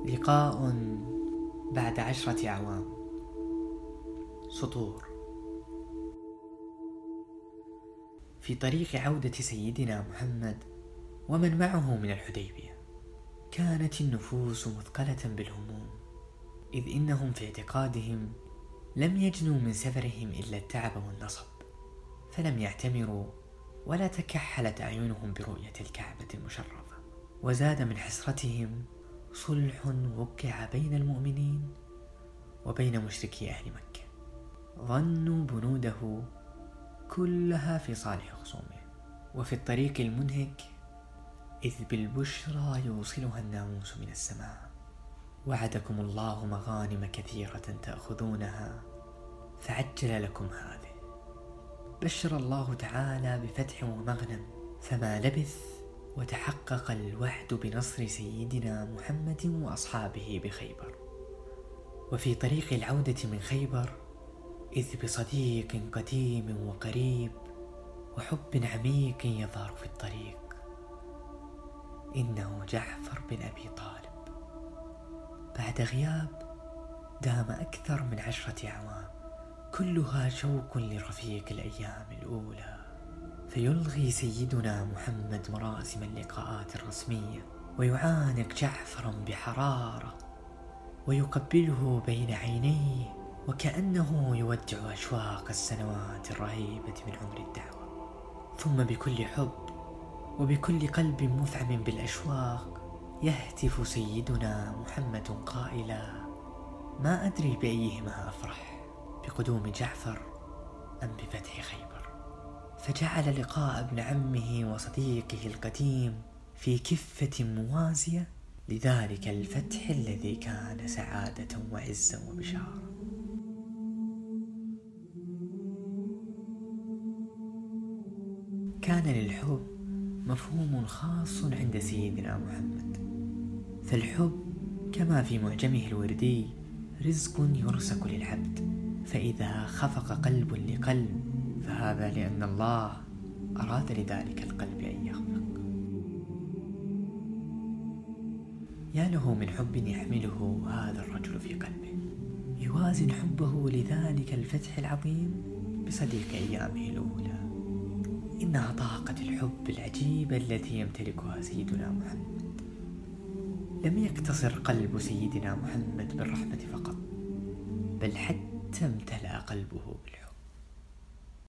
لقاء بعد 10 أعوام. سطور. في طريق عودة سيدنا محمد ومن معه من الحديبية، كانت النفوس مثقلة بالهموم، إذ إنهم في اعتقادهم لم يجنوا من سفرهم إلا التعب والنصب، فلم يعتمروا ولا تكحلت أعينهم برؤية الكعبة المشرفة. وزاد من حسرتهم صلح وقع بين المؤمنين وبين مشركي أهل مكة، ظنوا بنوده كلها في صالح خصومه. وفي الطريق المنهك إذ بالبشرى يوصلها الناموس من السماء: وعدكم الله مغانم كثيرة تأخذونها فعجل لكم هذه. بشر الله تعالى بفتح ومغنم، فما لبث وتحقق الوعد بنصر سيدنا محمد وأصحابه بخيبر. وفي طريق العودة من خيبر إذ بصديق قديم وقريب وحب عميق يظهر في الطريق، إنه جعفر بن أبي طالب. بعد غياب دام أكثر من 10 أعوام، كلها شوق لرفيق الأيام الأولى، فيلغي سيدنا محمد مراسم اللقاءات الرسمية ويعانق جعفرا بحرارة ويقبله بين عينيه، وكأنه يودع أشواق السنوات الرهيبة من عمر الدعوة. ثم بكل حب وبكل قلب مفعم بالأشواق يهتف سيدنا محمد قائلا: ما أدري بأيهما أفرح، بقدوم جعفر أم بفتح خيبر. فجعل لقاء ابن عمه وصديقه القديم في كفة موازية لذلك الفتح الذي كان سعادة وعزا وبشارة. كان للحب مفهوم خاص عند سيدنا محمد، فالحب كما في معجمه الوردي رزق يرزق للعبد، فإذا خفق قلب لقلب فهذا لأن الله أراد لذلك القلب أن يخفق. يا له من حب يحمله هذا الرجل في قلبه، يوازن حبه لذلك الفتح العظيم بصديق أيامه الأولى. إنها طاقة الحب العجيبة التي يمتلكها سيدنا محمد. لم يقتصر قلب سيدنا محمد بالرحمة فقط، بل حتى امتلأ قلبه بالحب.